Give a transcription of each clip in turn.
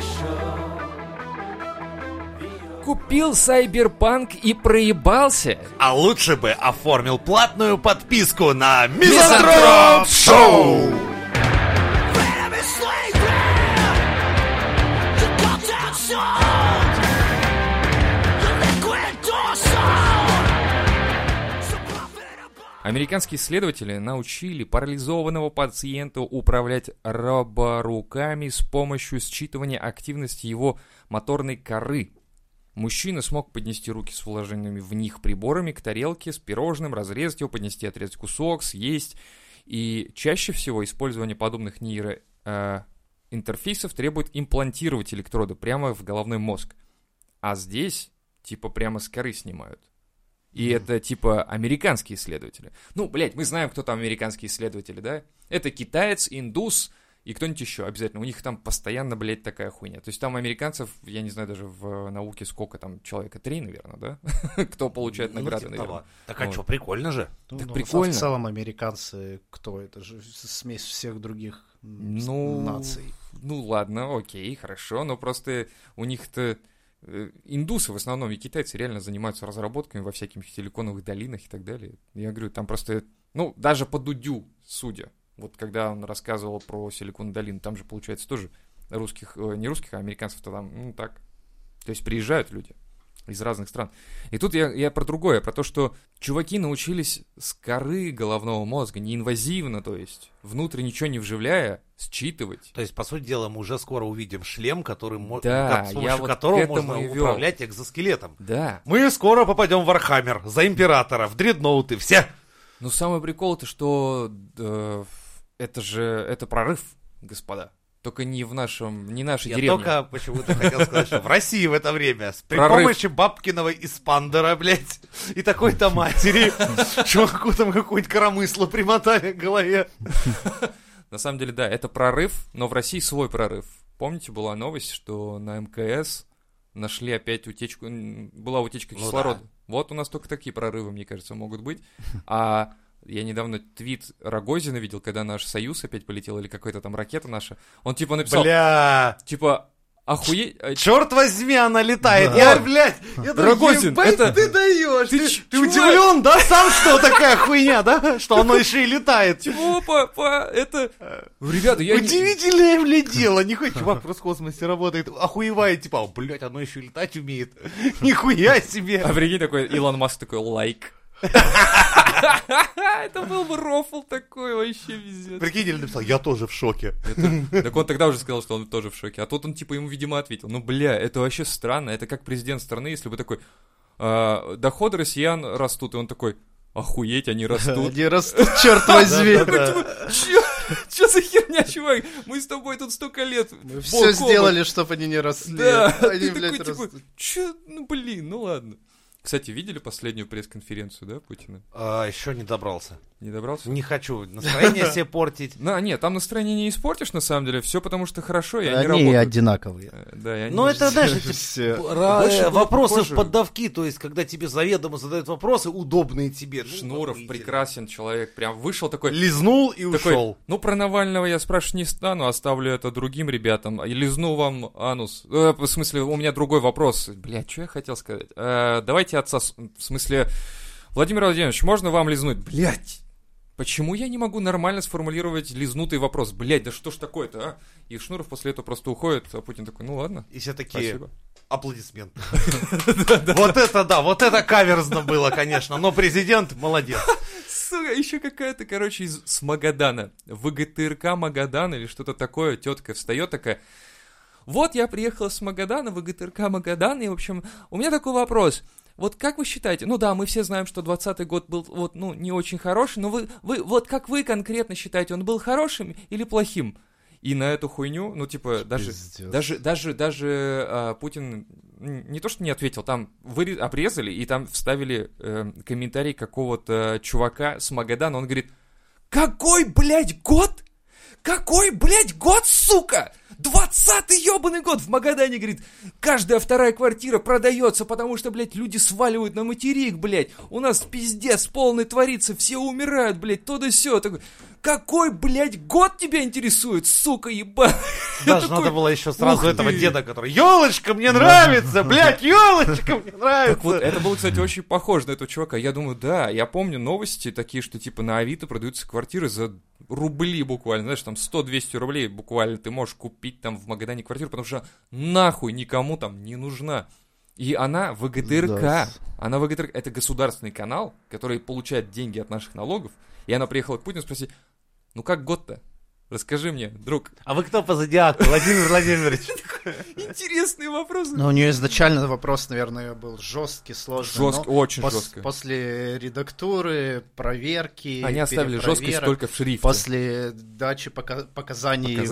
Купил Cyberpunk и проебался. А лучше бы оформил платную подписку на Мизантроп Шоу! Американские исследователи научили парализованного пациента управлять роборуками с помощью считывания активности его моторной коры. Мужчина смог поднести руки с вложенными в них приборами к тарелке с пирожным, разрезать его, поднести, отрезать кусок, съесть. И чаще всего использование подобных нейроинтерфейсов требует имплантировать электроды прямо в головной мозг. А здесь типа прямо с коры снимают. И это типа американские исследователи. Ну, блядь, мы знаем, кто там американские исследователи, да? Это китаец, индус и кто-нибудь еще обязательно. У них там постоянно, блядь, такая хуйня. То есть там американцев, я не знаю даже в науке сколько там, человека 3, наверное, да? Кто получает награды, наверное. Так а что, прикольно же. Так прикольно. В целом американцы кто? Это же смесь всех других наций. Ну ладно, окей, хорошо, но просто у них-то индусы в основном и китайцы реально занимаются разработками во всяких силиконовых долинах и так далее. Я говорю, там просто, ну, даже по Дудю, судя, вот когда он рассказывал про Силиконовую долину, там же, получается, тоже русских, не русских, а американцев-то там, ну, так. То есть приезжают люди из разных стран. И тут я про другое, про то, что чуваки научились с коры головного мозга, неинвазивно, то есть, внутрь ничего не вживляя, считывать. То есть, по сути дела, мы уже скоро увидим шлем, который да, с помощью которого можно управлять экзоскелетом. Да. Мы скоро попадем в Вархаммер, за Императора, в Дредноуты, все. Ну, самый прикол-то, что это прорыв, господа. Только не в нашем, не нашей деревне. Я только почему-то хотел сказать, что в России в это время при помощи бабкиного испандера, блядь, и такой-то матери чуваку там какую-нибудь коромысло примотали к голове. На самом деле, да, это прорыв, но в России свой прорыв. Помните, была новость, что на МКС нашли опять утечку, была утечка кислорода. Да. Вот у нас только такие прорывы, мне кажется, могут быть. А я недавно твит Рогозина видел, когда наш Союз опять полетел, или какая-то там ракета наша. Он типа написал, типа, охуеть... Черт возьми, она летает. Да. Я, блядь, Рогозин, это... ты даешь. Ты удивлен, да, сам, что такая хуйня, да? Что оно еще и летает. Типа, это... Ребята, я... Удивительное, блядь, дело. Не хоть чувак просто в космосе работает, охуевает, типа, блядь, оно еще и летать умеет. Нихуя себе. А прикинь, такой Илон Маск такой, лайк. Это был бы рофл такой, вообще везет. Прикинь, или написал, я тоже в шоке. Так он тогда уже сказал, что он тоже в шоке. А тут он типа ему, видимо, ответил. Ну, бля, это вообще странно. Это как президент страны, если бы такой, доходы россиян растут. И он такой, охуеть, они растут. Они растут, черт возьми. Че за херня, чувак? Мы с тобой тут столько лет. Мы все сделали, чтобы они не росли. Да, они, блядь, растут. Че, ну блин, ну ладно. Кстати, видели последнюю пресс-конференцию, да, Путина? Еще не добрался. Не добрался? Не хочу настроение себе портить. Нет, там настроение не испортишь, на самом деле. Все потому что хорошо, и они работают. Они одинаковые. Да, и они... Но это, знаешь, вопросы в поддавки, то есть, когда тебе заведомо задают вопросы, удобные тебе. Шнуров прекрасен человек, прям вышел такой... Лизнул и ушел. Ну, про Навального я спрашивать не стану, оставлю это другим ребятам. И лизну вам анус. В смысле, у меня другой вопрос. Блядь, что я хотел сказать? Давайте отца... В смысле, Владимир Владимирович, можно вам лизнуть? Блядь! Почему я не могу нормально сформулировать лизнутый вопрос? Блядь, да что ж такое-то, а? И Шнуров после этого просто уходит, а Путин такой, ну ладно. И все такие, аплодисменты. Вот это да, вот это каверзно было, конечно, но президент молодец. Сука, еще какая-то, короче, с Магадана, ВГТРК Магадан или что-то такое, тетка встает такая, вот я приехала с Магадана, ВГТРК Магадан, и, в общем, у меня такой вопрос. Вот как вы считаете, ну да, мы все знаем, что 2020 год был вот, ну, не очень хороший, но вы вот как вы конкретно считаете, он был хорошим или плохим? И на эту хуйню, ну, типа, даже Путин не то что не ответил, там обрезали и там вставили комментарий какого-то чувака с Магадана, он говорит, какой, блядь, год? Какой, блядь, год, сука? 20 20-й ебаный год в Магадане, говорит, каждая вторая квартира продается, потому что, блядь, люди сваливают на материк, блядь. У нас пиздец полный творится, все умирают, блядь, то да сё. Такой, какой, блядь, год тебя интересует, сука, ебаная? Даже надо было еще сразу этого деда, который, елочка, мне нравится, блядь, елочка, мне нравится. Так вот, это было, кстати, очень похоже на этого чувака. Я думаю, да, я помню новости такие, что типа на Авито продаются квартиры за рубли буквально, знаешь, там 100-200 рублей буквально ты можешь купить там в Магадане квартиру, потому что нахуй никому там не нужна. И она ВГТРК, она ВГТРК, это государственный канал, который получает деньги от наших налогов, и она приехала к Путину спросить, ну как год-то? Расскажи мне, друг. А вы кто по зодиаку, Владимир Владимирович? Интересные вопросы. Ну, у нее изначально вопрос, наверное, был жесткий, сложный. Жесткий, очень жесткий. После редактуры, проверки, они оставили жесткость только в шрифте. После дачи показаний.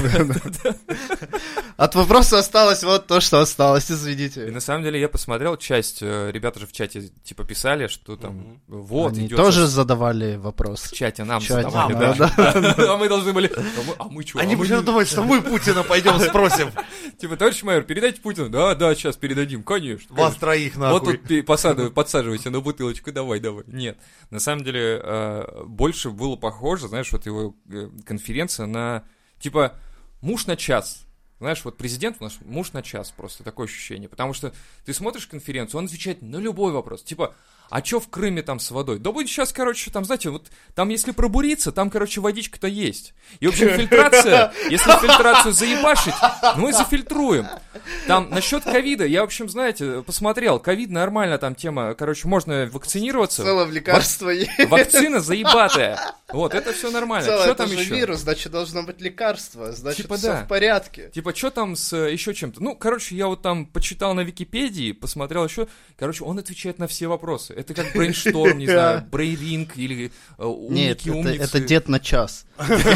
От вопроса осталось вот то, что осталось, извините. И на самом деле я посмотрел часть, ребята же в чате типа писали, что там вот они идет. тоже задавали вопрос. В чате нам задавали, да. А мы должны были... А мы что? Они почему-то думают, что мы Путина пойдем спросим. Типа, товарищ майор, передайте Путину. Да, сейчас передадим, конечно. Вас троих нахуй. Вот тут подсаживайся на бутылочку, давай. Нет, на самом деле больше было похоже, знаешь, вот его конференция на, типа, муж на час. Знаешь, вот президент у нас муж на час, просто такое ощущение. Потому что ты смотришь конференцию, он отвечает на любой вопрос. Типа, а чё в Крыме там с водой? Да будет сейчас, короче, там, знаете, вот там если пробуриться, там, короче, водичка-то есть. И, в общем, фильтрация, если фильтрацию заебашить, мы зафильтруем. Там, насчет ковида, я, в общем, знаете, посмотрел, ковид нормально там тема, короче, можно вакцинироваться. В целом лекарство есть. Вакцина заебатая. Вот, это все нормально. Что там же еще? Вирус, значит, должно быть лекарство, значит, типа, все да. в порядке. Типа, что там с еще чем-то? Ну, короче, я вот там почитал на Википедии, посмотрел еще. Короче, он отвечает на все вопросы. Это как брейншторм, не знаю, брейринг или умники. Нет, это дед на час.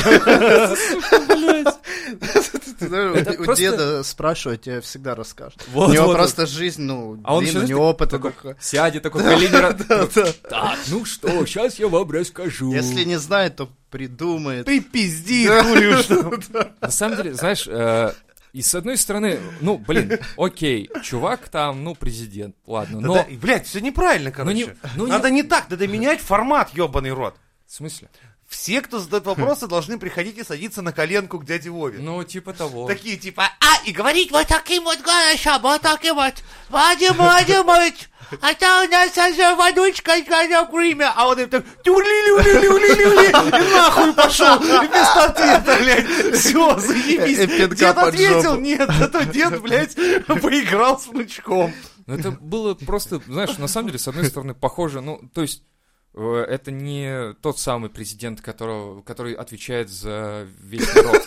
У деда спрашивают, тебе всегда расскажут. У него просто жизнь, ну, длинная, неопыт. Сядет такой колени. Так, ну что, сейчас я вам расскажу. Если не знает, то придумает. Ты пизди, хулю, что. На самом деле, знаешь, и с одной стороны, ну, блин, окей, чувак там, ну, президент, ладно, но... Блядь, все неправильно, короче. Надо не так, надо менять формат, ебаный рот. В смысле? Все, кто задает вопросы, должны приходить и садиться на коленку к дяде Вове. Ну, типа того. Такие, типа, и говорить вот таким вот голосом, вот таким вот, Вадим Владимирович, это у нас уже водочка в Крыме, а он им так, тюрли-люли-люли-люли, и нахуй пошел, и вместо ответа, блядь, все, заебись. Дед ответил, нет, зато дед, блядь, поиграл с внучком. Ну, это было просто, знаешь, на самом деле, с одной стороны, похоже, ну, то есть, это не тот самый президент, который отвечает за весь народ.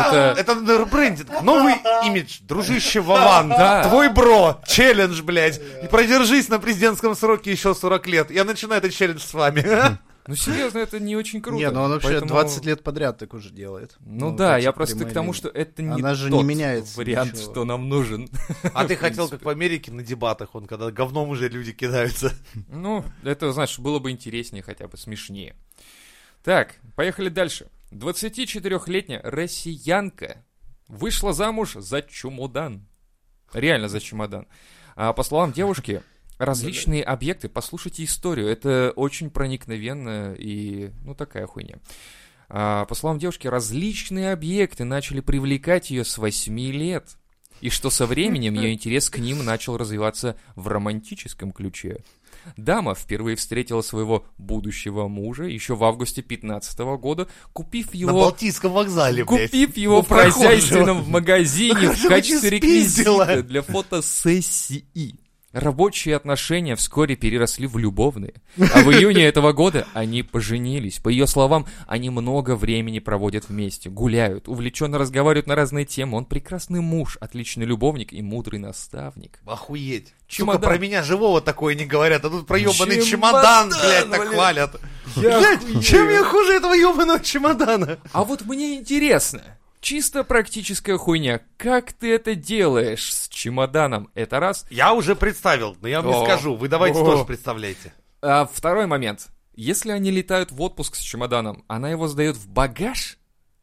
Это брендинг, новый имидж, дружище Вован, твой бро, челлендж, блядь, и продержись на президентском сроке еще 40 лет, я начинаю этот челлендж с вами. Ну, серьезно, это не очень круто. Не, ну он вообще 20 лет подряд так уже делает. Ну да, я просто к тому, что это не тот вариант, что нам нужен. А ты хотел, как в Америке, на дебатах, когда говном уже люди кидаются. Ну, это, знаешь, было бы интереснее хотя бы, смешнее. Так, поехали дальше. 24-летняя россиянка вышла замуж за чемодан. Реально за чемодан. По словам девушки, различные объекты, послушайте историю, это очень проникновенно и, ну, такая хуйня. По словам девушки, различные объекты начали привлекать ее с 8 лет, и что со временем ее интерес к ним начал развиваться в романтическом ключе. Дама впервые встретила своего будущего мужа еще в августе 2015 года, купив его... На Балтийском вокзале, блядь. Купив его в хозяйственном магазине в качестве реквизита для фотосессии. Рабочие отношения вскоре переросли в любовные, а в июне этого года они поженились. По ее словам, они много времени проводят вместе, гуляют, увлеченно разговаривают на разные темы. Он прекрасный муж, отличный любовник и мудрый наставник. Охуеть. Чемодан. Сука, про меня живого такое не говорят, а тут про ебаный чемодан, блядь, так хвалят. Блядь, чем я хуже этого ебаного чемодана? А вот мне интересно... Чисто практическая хуйня. Как ты это делаешь с чемоданом? Это раз. Я уже представил, но я вам не скажу. Вы давайте тоже представляйте. Второй момент. Если они летают в отпуск с чемоданом, она его сдает в багаж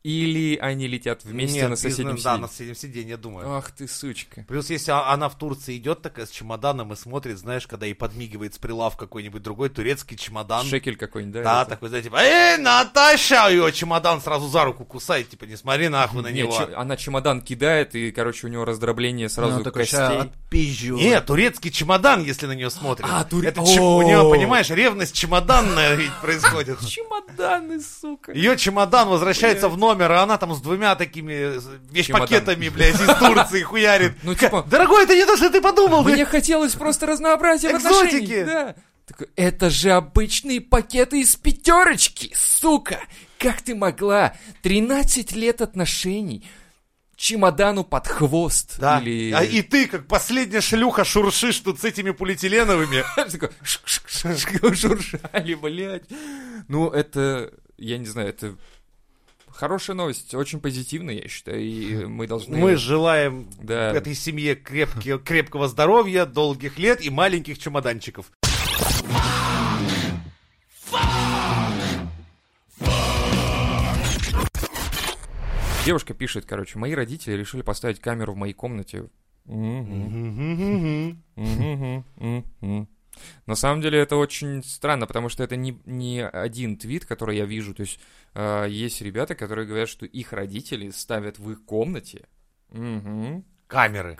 Или они летят вместе на соседнем сиденье? Да, на соседнем сиденье, я думаю. Ах ты, сучка. Плюс, если она в Турции идет такая с чемоданом и смотрит, знаешь, когда ей подмигивает с прилавка какой-нибудь другой турецкий чемодан. Шекель какой-нибудь, да? Да, такой, знаете, типа, Наташа! Ее чемодан сразу за руку кусает, типа, не смотри нахуй на него. Она чемодан кидает, и, короче, у него раздробление сразу костей. Нет, турецкий чемодан, если на нее смотрит. У нее, понимаешь, ревность чемоданная ведь происходит. Чемоданы, сука. Ее чемодан возвращается в номер, а она там с 2 такими вещпакетами, блядь, из Турции хуярит. Ну, типа, дорогой, это не то, что ты подумал. Мне хотелось просто разнообразия в отношениях. Да. Такой, это же обычные пакеты из 5, сука. Как ты могла? 13 лет отношений. Чемодану под хвост. Да. Или... И ты, как последняя шлюха, шуршишь тут с этими полиэтиленовыми. Шуршали, блядь. Ну, это, я не знаю, это хорошая новость, очень позитивная, я считаю, и мы должны... Мы желаем этой семье крепкого здоровья, долгих лет и маленьких чемоданчиков. Девушка пишет, короче, мои родители решили поставить камеру в моей комнате. На самом деле это очень странно, потому что это не один твит, который я вижу. То есть есть ребята, которые говорят, что их родители ставят в их комнате камеры.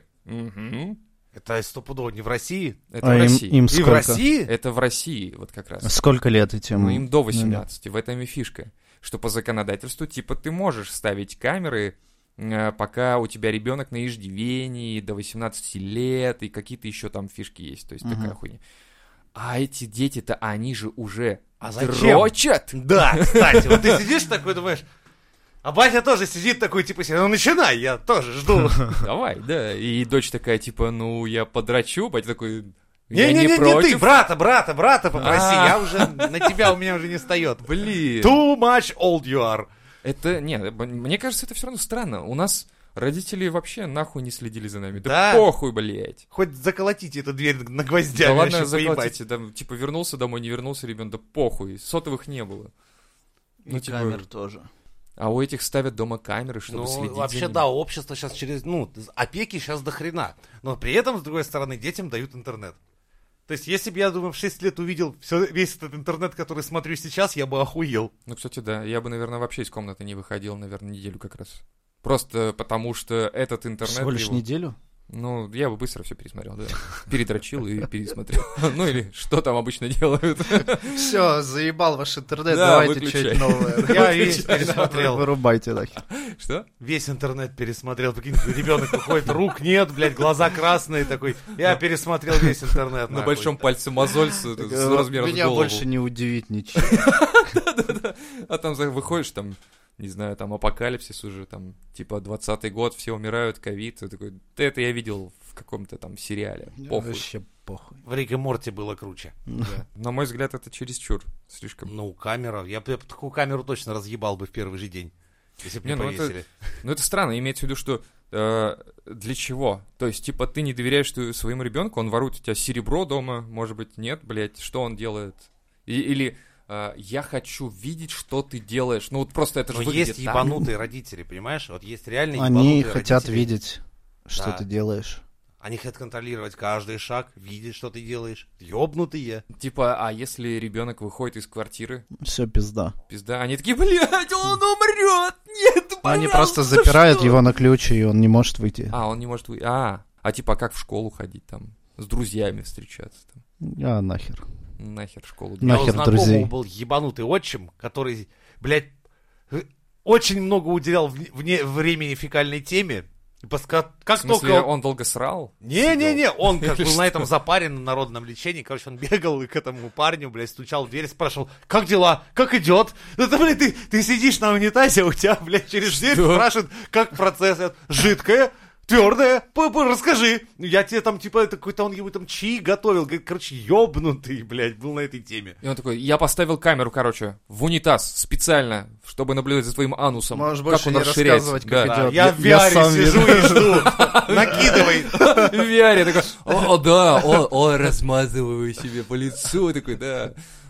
Это стопудово не в России? Это в России. Им сколько? И в России? Это в России, вот как раз. Сколько лет этим? Ну, им до 18, в этом и фишка. Что по законодательству, типа, ты можешь ставить камеры, пока у тебя ребенок на иждивении, до 18 лет, и какие-то еще там фишки есть, то есть такая хуйня. А эти дети-то, они же уже дрочат. Да, кстати, вот ты сидишь такой, думаешь, а батя тоже сидит такой, типа, ну начинай, я тоже жду. Давай, да, и дочь такая, типа, ну я подрочу, батя такой... Не ты, брата попроси, я уже, на тебя у меня уже не встает. Блин. Too much old you are. Это, мне кажется, это все равно странно. У нас родители вообще нахуй не следили за нами. Да похуй, блядь. Хоть заколотите эту дверь на гвоздях. Да ладно, заколотите, да, типа вернулся домой, не вернулся ребенок, да похуй, сотовых не было. И типа... камер тоже. А у этих ставят дома камеры, чтобы следить вообще, за ними. Да, общество сейчас опеки сейчас до хрена. Но при этом, с другой стороны, детям дают интернет. То есть, если бы я, думаю, в 6 лет увидел весь этот интернет, который смотрю сейчас, я бы охуел. Ну, кстати, да. Я бы, наверное, вообще из комнаты не выходил, наверное, неделю как раз. Просто потому, что этот интернет... Всего лишь неделю? Ну, я бы быстро все пересмотрел, да. Передрочил и пересмотрел. Ну, или что там обычно делают. Все, заебал ваш интернет, давайте что-нибудь новое. Я весь пересмотрел. Вырубайте нахер. Что? Весь интернет пересмотрел. Прикинь, ребенок выходит, рук нет, блядь, глаза красные такой. Я пересмотрел весь интернет. На большом пальце мозоль с размером с голову. Меня больше не удивит ничего. Да-да-да. А там выходишь, там... Не знаю, там апокалипсис уже, там, типа, 20-й год, все умирают, ковид. Такой, это я видел в каком-то там сериале. Похуй. Вообще похуй. В Рике Морти было круче. Да. На мой взгляд, это чересчур слишком. Ну, камера. Я бы такую камеру точно разъебал бы в первый же день, если бы не повесили. Это странно, имеется в виду, что для чего? То есть, типа, ты не доверяешь своему ребенку, он ворует у тебя серебро дома, может быть, нет, блядь, что он делает? Или... я хочу видеть, что ты делаешь. Ну, вот просто это же выглядит есть ебанутые родители, понимаешь? Вот есть реально ебанутые родители. Они хотят видеть, что ты делаешь. Они хотят контролировать каждый шаг, видеть, что ты делаешь. Ёбнутые. Типа, а если ребенок выходит из квартиры? Все, пизда. Пизда. Они такие, блядь, он умрет! Нет, пожалуйста, они просто запирают его на ключ, и он не может выйти. Он не может выйти. А типа, как в школу ходить там? С друзьями встречаться там? Нахер. Нахер школу. Нахер друзей. Был ебанутый отчим, который, блядь, очень много уделял времени фекальной теме. Как в смысле, только... он долго срал? Не-не-не, он как был на этом запаре на народном лечении, короче, он бегал и к этому парню, блядь, стучал в дверь, спрашивал, как дела, как идет? Это, блядь, ты сидишь на унитазе, у тебя, блядь, через дверь спрашивают, как процесс, жидкое, твердое, расскажи. Я тебе там, типа, какой-то он ему там чаи готовил. Короче, ёбнутый, блядь, был на этой теме. И он такой, я поставил камеру, короче, в унитаз специально, чтобы наблюдать за твоим анусом. Можешь больше не рассказывать, как идет. Я в VR сижу и жду. Накидывай. В VR такой, размазываю себе по лицу. Такой, да.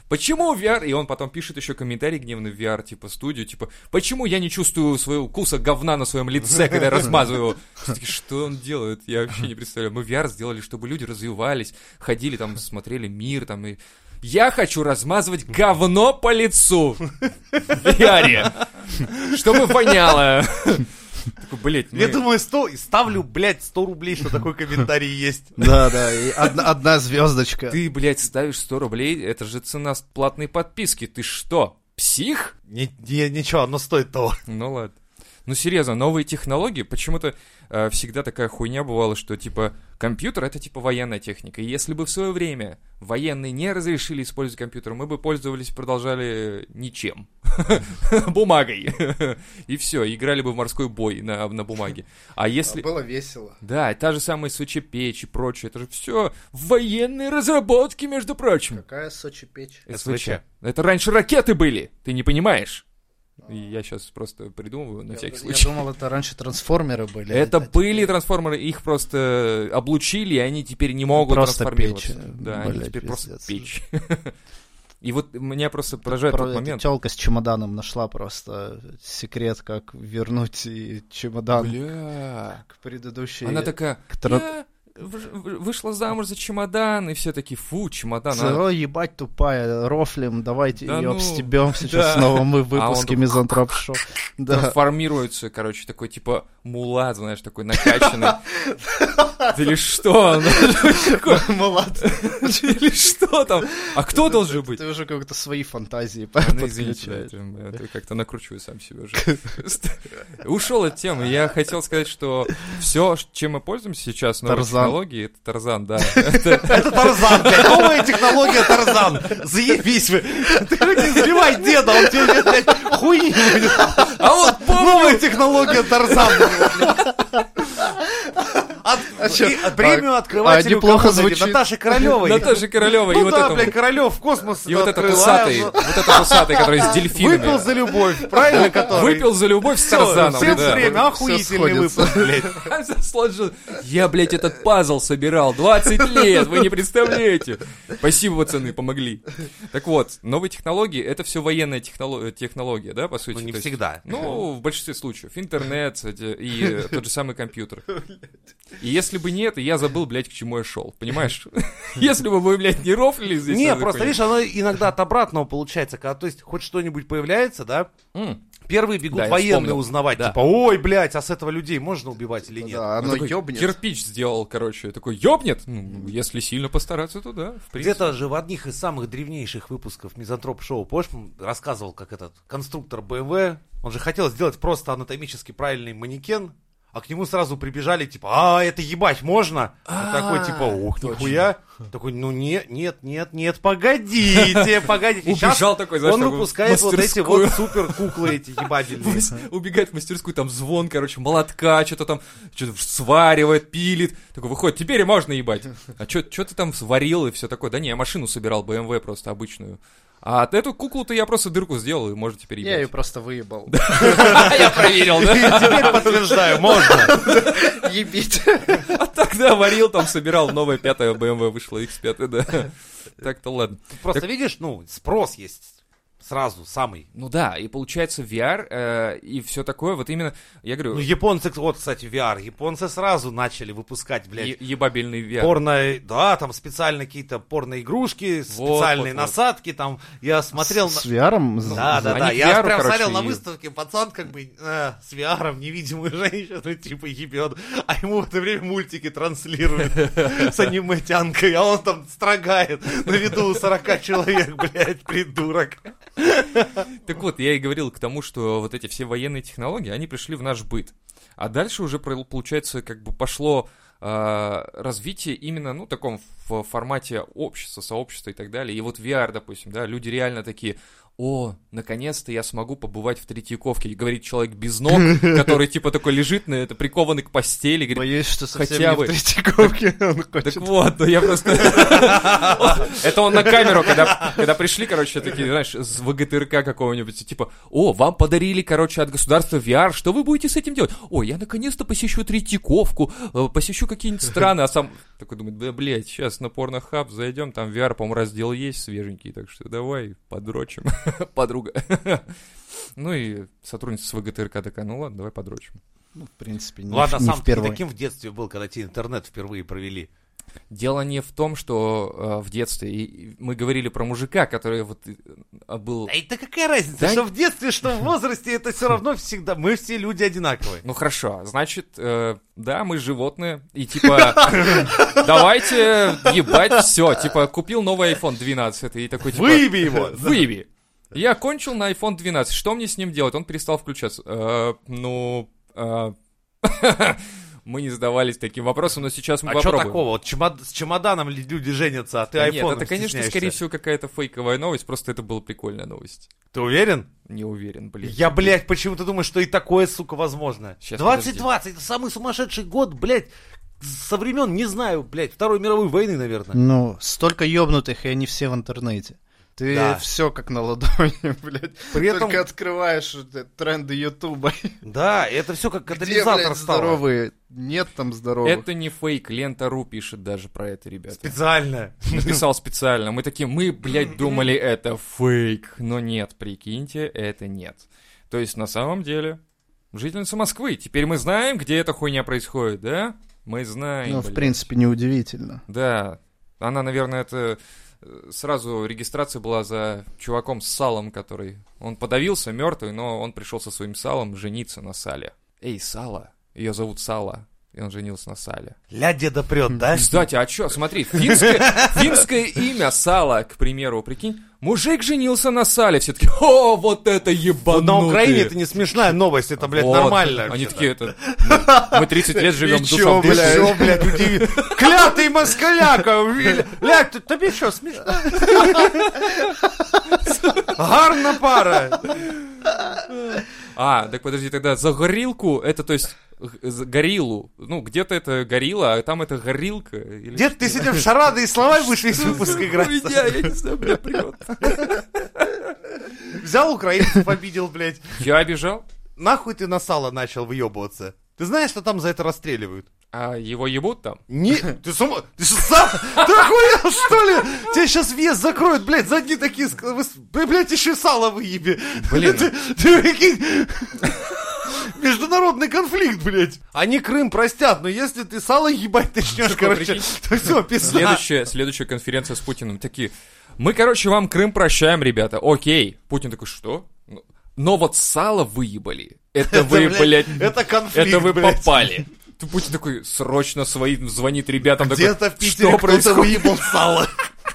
почему VR, и он потом пишет еще комментарий гневный в VR, типа, студию, типа, почему я не чувствую своего куса говна на своем лице, когда я размазываю его? Что он делает? Я вообще не представляю. Мы VR сделали, чтобы люди развивались, ходили там, смотрели мир, там, и... Я хочу размазывать говно по лицу в VR, чтобы воняло. Такой, блядь, Я думаю, ставлю, блядь, 100 рублей, что такой комментарий есть. Да, и одна звездочка. Ты, блядь, ставишь 100 рублей, это же цена платной подписки. Ты что, псих? Ничего, оно стоит того. Ну ладно. Ну серьезно, новые технологии, почему-то всегда такая хуйня бывала, что типа компьютер это типа военная техника. И если бы в свое время военные не разрешили использовать компьютер, мы бы пользовались, продолжали ничем. Бумагой. И все, играли бы в морской бой на бумаге. А если... Было весело. Да, та же самая Сочи-печь и прочее, это же все военные разработки, между прочим. Какая Сочи-печь? СВЧ. Это раньше ракеты были, ты не понимаешь? И я сейчас просто придумываю на всякий случай. Я думал, это раньше трансформеры были. Это были трансформеры, их просто облучили, и они теперь не могут просто трансформироваться. Печь. Да, Блядь, они теперь пиздец. просто печь. И вот меня просто поражает тот момент. Тёлка с чемоданом нашла просто секрет, как вернуть и чемодан к предыдущей... Она такая... Вышла замуж за чемодан, и все такие, фу, чемодан. Ой, ебать тупая, рофлим, давайте ее обстебем сейчас снова мы в выпуске Мизантроп Шоу. Трансформируется, короче, такой типа мулат, знаешь, такой накачанный. Или что? Мулат. Или что там? А кто должен быть? Ты уже как-то свои фантазии подключаешь. Я как-то накручиваю сам себя уже. Ушел от темы. Я хотел сказать, что все, чем мы пользуемся сейчас, новые технологии, это Тарзан, да. Это Тарзан, блядь. Новая технология Тарзан. Заебись вы. Ты не заливай деда, он тебе, блядь, хуйни будет. А вот новая технология Тарзан. Премию открывателю Наташи Королевой. Наташи Королевой. Ну да, блядь, Королев в космос. И вот этот усатый, который с дельфинами. Выпил за любовь, правильно, который? Выпил за любовь с Тарзаном. Всем время, охуительный выпуск, блядь. Я, блядь, этот пазл собирал 20 лет, вы не представляете. Спасибо, пацаны, помогли. Так вот, новые технологии, это все военная технология, да, по сути? Ну, не всегда. Ну, в большинстве случаев. Интернет и тот же самый компьютер. И если бы нет, я забыл, блядь, к чему я шел. Понимаешь? Если бы вы, блядь, не рофлили здесь... Не, просто, видишь, оно иногда от обратного получается. Когда, то есть, хоть что-нибудь появляется, да? Первые бегут военные узнавать. Типа, ой, блядь, а с этого людей можно убивать или нет? Да, оно ёбнет. Кирпич сделал, короче. Такой, ёбнет? Ну, если сильно постараться, то да. Где-то же в одних из самых древнейших выпусков Мизантроп Шоу, помнишь, рассказывал, как этот конструктор BMW, он же хотел сделать просто анатомически правильный манекен, а к нему сразу прибежали, типа, это ебать можно? Он такой, типа, ух, нихуя. Такой, ну нет, погодите. Убежал такой, знаешь, он выпускает вот эти вот супер куклы эти ебабельные. Убегает в мастерскую, там звон, короче, молотка, что-то там сваривает, пилит. Такой, выходит, теперь можно ебать. А что ты там сварил и все такое? Да не, я машину собирал, BMW просто обычную. А эту куклу-то я просто дырку сделал, и можно теперь ебать. Я ее просто выебал. Я проверил, да? Теперь подтверждаю, можно. Ебить. А тогда варил, там собирал, новая 5-я BMW вышла, X5, да. Так-то ладно. Просто видишь, спрос есть. Сразу, самый. Ну да, и получается VR и все такое, вот именно, я говорю... Ну японцы, вот, кстати, VR, японцы сразу начали выпускать, блядь... Ебабельный VR. Да, там специально какие-то порно-игрушки, специальные насадки, там, я смотрел... С VR-ом? Да, я прям смотрел на выставке, пацан как бы с VR-ом невидимую женщину, типа, ебет, а ему в это время мультики транслируют с аниме-тянкой, а он там строгает на виду у 40 человек, блядь, придурок. Так вот, я и говорил к тому, что вот эти все военные технологии, они пришли в наш быт. А дальше уже, получается, как бы пошло развитие именно, в таком формате общества, сообщества и так далее. И вот VR, допустим, да, люди реально такие... наконец-то я смогу побывать в Третьяковке. И говорит человек без ног, который типа такой лежит, прикованный к постели. Говорит, боюсь, что совсем не в Третьяковке он хочет. Так вот, я просто... Это он на камеру, когда пришли, короче, такие, знаешь, с ВГТРК какого-нибудь, типа, вам подарили, короче, от государства VR, что вы будете с этим делать? Я наконец-то посещу Третьяковку, посещу какие-нибудь страны, а сам такой думает, да, блядь, сейчас на Pornhub зайдем, там VR, по-моему, раздел есть свеженький, так что давай подрочим, подруга. Ну и сотрудница с ВГТРК такая, ну ладно, давай подрочим. Ну, в принципе, не Ладно, сам ты впервые. таким в детстве был, когда тебе интернет впервые провели? Дело не в том, что в детстве, и мы говорили про мужика, который вот был... А это какая разница, Да? что в детстве, что в возрасте, это все равно всегда, мы все люди одинаковые. Ну хорошо, значит, да, мы животные, и типа, давайте ебать все, типа, купил новый iPhone 12, и такой, типа... Выеби его! Выеби! Я кончил на iPhone 12, что мне с ним делать? Он перестал включаться. Мы не задавались таким вопросом, но сейчас мы А что попробуем. такого? Вот с чемоданом люди женятся, а ты Да айфоном нет, это, конечно, стесняешься. скорее всего, какая-то фейковая новость, просто это была прикольная новость. Ты уверен? Не уверен, блин. Я, блядь, почему-то думаю, что и такое, сука, возможно. Щас, 2020, это самый сумасшедший год, блядь, со времен, не знаю, блядь, Второй мировой войны, наверное. Ну, столько ёбнутых, и они все в интернете. Ты Да. все как на ладони, блядь. При этом- Только открываешь тренды Ютуба. Да, это все как Где, катализатор блядь, стало. здоровые? Нет там здоровых. Это не фейк, Лента.ру пишет даже про это, ребята. Специально. Написал специально. Мы такие, мы, блядь, думали, это фейк. Но нет, прикиньте, это нет. То есть, на самом деле, жительница Москвы. Теперь мы знаем, где эта хуйня происходит, да? Мы знаем, Ну, в блядь. принципе, неудивительно. Да. Она, наверное, это... Сразу регистрация была за чуваком с салом, который... Он подавился, мертвый, но он пришел со своим салом жениться на Сале. Эй, Сала. Ее зовут Сала. И он женился на Сале. Ля деда прет, да? Кстати, а чё, смотри, финское имя Сала, к примеру, прикинь, мужик женился на Сале, все таки, о, вот это ебанутые. На Украине это не смешная новость, это, блядь, Вот. нормально. Они вообще-то. такие, мы 30 лет живем И душа чё, в душу. блядь? Чё, блядь, удиви. Клятый москаляка! Ля, тебе что, смешно? Гарна пара! А, так подожди, тогда за горилку, это то есть за гориллу, ну, где-то это горилла, а там это горилка. Или... Дед, ты сегодня в шарады и слова будешь весь выпуск играть? Я не знаю, бля, прет. Взял украинцев, обидел, блядь. Я обижал? Нахуй ты на сало начал выебываться? Ты знаешь, что там за это расстреливают? А его ебут там? Не, ты с ума, ты что, сам, ты охуел, что ли? Тебя сейчас въезд закроют, блядь, за одни такие, блядь, еще сало выеби. Блин. Ты прикинь, международный конфликт, блядь. Они Крым простят, но если ты сало ебать начнешь, короче, прикинь? то все, пизда. Следующая конференция с Путиным. Такие, мы, короче, вам Крым прощаем, ребята. Окей. Путин такой, что? Но вот сало выебали. Это вы, блядь, это конфликт, это вы блядь. попали. Путин такой срочно своим звонит ребятам. Где-то такой, в Питере что кто-то происходит? выебал сало.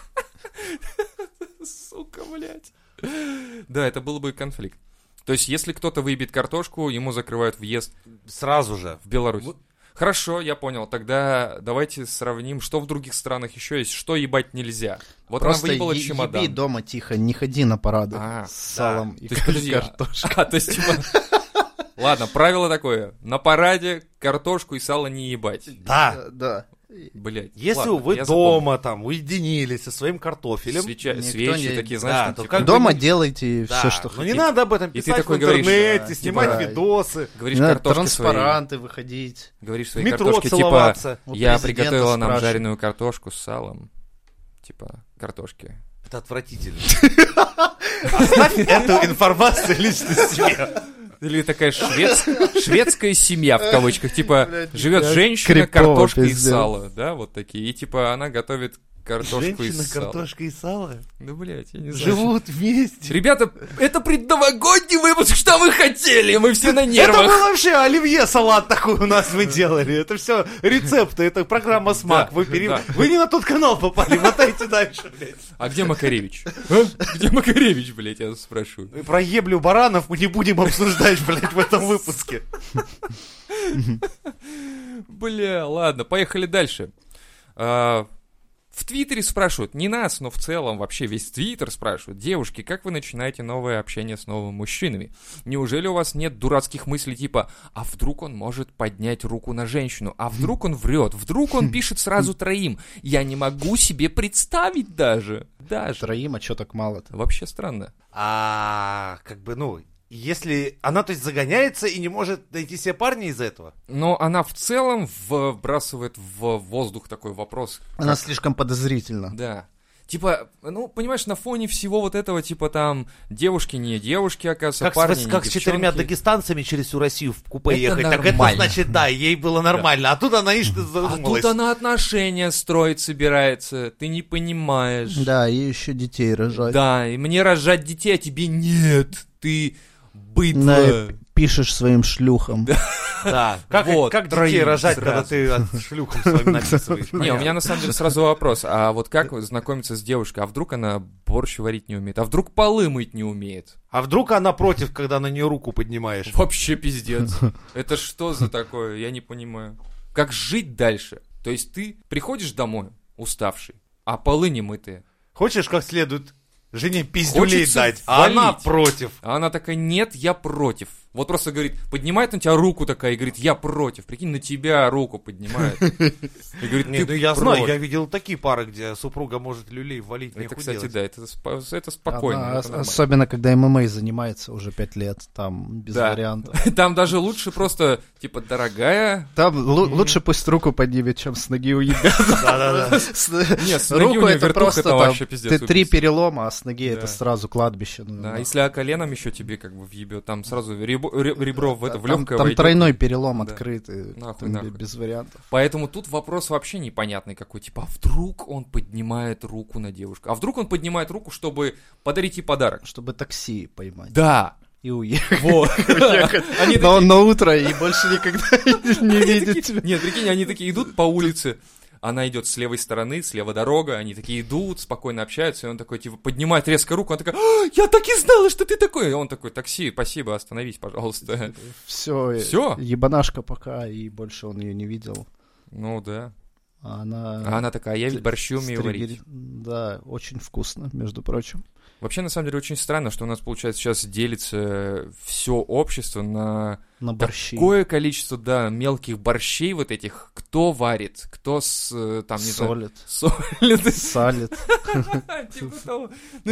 Сука, блядь. Да, это был бы конфликт. То есть, если кто-то выебет картошку, ему закрывают въезд Сразу же. в Беларусь. Хорошо, я понял. Тогда давайте сравним, что в других странах еще есть, что ебать нельзя. Вот Просто она выебала чемодан. еби дома тихо, не ходи на парады А, с салом и То есть, подожди, картошкой. то есть, типа... Ладно, правило такое. На параде картошку и сало не ебать. Да. Да. Блять. Если вы дома там уединились со своим картофелем, Никто Свечи не- такие, Да, знаешь, то типа, как бы Дома не- делайте да, все, что но хотите. не надо об этом И ты писать такой в говоришь, интернете, да, снимать типа, видосы, говоришь Не надо картошке своей. транспаранты выходить. Говоришь в своей метро картошке, типа, целоваться. У я президента приготовила нам спрашивают. жареную картошку с салом. Типа, картошки. Это отвратительно. Оставь эту информацию лично себе. Или такая шведская семья, в кавычках, типа, Блядь, живет блядь, женщина, крипово, картошка и пиздец. сало, да, вот такие. И типа она готовит картошку Женщина, из сала. картошка и сало Да, блядь, я не знаю. живут вместе. Ребята, это предновогодний выпуск, что вы хотели? Мы все на Это был нервах. вообще оливье салат такой у нас мы делали. Это все рецепты, это программа «Смак». Да, Вы да. Вы не на тот канал попали, мотайте дальше, блядь. А где Макаревич? А? Где Макаревич, блядь, я спрашиваю. И про еблю баранов мы не будем обсуждать, блядь, в этом выпуске. Бля, ладно, поехали дальше. В Твиттере спрашивают, не нас, но в целом вообще весь Твиттер спрашивают, девушки, как вы начинаете новое общение с новыми мужчинами? Неужели у вас нет дурацких мыслей типа, а вдруг он может поднять руку на женщину, а вдруг он врет, вдруг он пишет сразу троим? Я не могу себе представить даже. Троим, а что так мало-то? Вообще странно. Как бы, ну, Если она, то есть, загоняется и не может найти себе парня из-за этого? Но она в целом вбрасывает в воздух такой вопрос. Она слишком подозрительна. Да. Типа, ну, понимаешь, на фоне всего вот этого, типа, там, девушки не девушки, оказывается, парни не как с 4 дагестанцами через всю Россию в купе это ехать. нормально. Так это значит, да, ей было нормально. А тут она, ишь, ты задумалась. А тут она отношения строить собирается, ты не понимаешь. Да, ей еще детей рожать. Да, и мне рожать детей, а тебе нет, ты быдло. Пишешь своим шлюхам. Да, как детей рожать, когда ты шлюхом своим написываешь? Не, у меня на самом деле сразу вопрос, а вот как знакомиться с девушкой, а вдруг она борщ варить не умеет, а вдруг полы мыть не умеет? А вдруг она против, когда на нее руку поднимаешь? Вообще пиздец. Это что за такое, я не понимаю. Как жить дальше? То есть ты приходишь домой уставший, а полы не мытые. Хочешь как следует жене пиздюлей Хочется дать, а валить. она против. А она такая, нет, я против. Вот просто говорит, поднимает на тебя руку такая и говорит, я против. Прикинь, на тебя руку поднимает. И говорит, Не, ты ну я против. знаю, я видел такие пары, где супруга может люлей валить, Это, нехуй кстати, делать. да, это спокойно. Она, это нормально. особенно, когда ММА занимается уже 5 лет, там без Да. вариантов. Там даже лучше просто, типа, дорогая. Там лучше пусть руку поднимет, чем с ноги уебет. Да-да-да. Нет, с ноги у Руку нее это вертух, просто это там, вообще пиздец. ты 3 убийство. перелома, а с ноги Да. это сразу кладбище. Ну, Да, да. если коленом еще тебе как бы въебет, там сразу ребро в это, в Там, легкое там войдет. тройной перелом Да. открытый, Нахуй, там нахуй. без вариантов. Поэтому тут вопрос вообще непонятный какой. Типа, а вдруг он поднимает руку на девушку? А вдруг он поднимает руку, чтобы подарить ей подарок? Чтобы такси поймать Да. и уехать. Вот. Они Но на утро и больше никогда не видеть тебя. Нет, прикинь, они такие идут по улице, она идет с левой стороны, слева дорога, они такие идут, спокойно общаются, и он такой, типа, поднимает резко руку, она такая, я так и знала, что ты такой. И он такой, такси, спасибо, остановись, пожалуйста. Все, ебанашка пока, и больше он ее не видел. Ну да. А она... А она такая, я ведь борщи умею варить. Да, очень вкусно, между прочим. Вообще, на самом деле, очень странно, что у нас, получается, сейчас делится все общество на борщи. такое количество, да, мелких борщей вот этих, кто варит, кто с, там, не знаю... Солит. Салит. Типа того. Ну,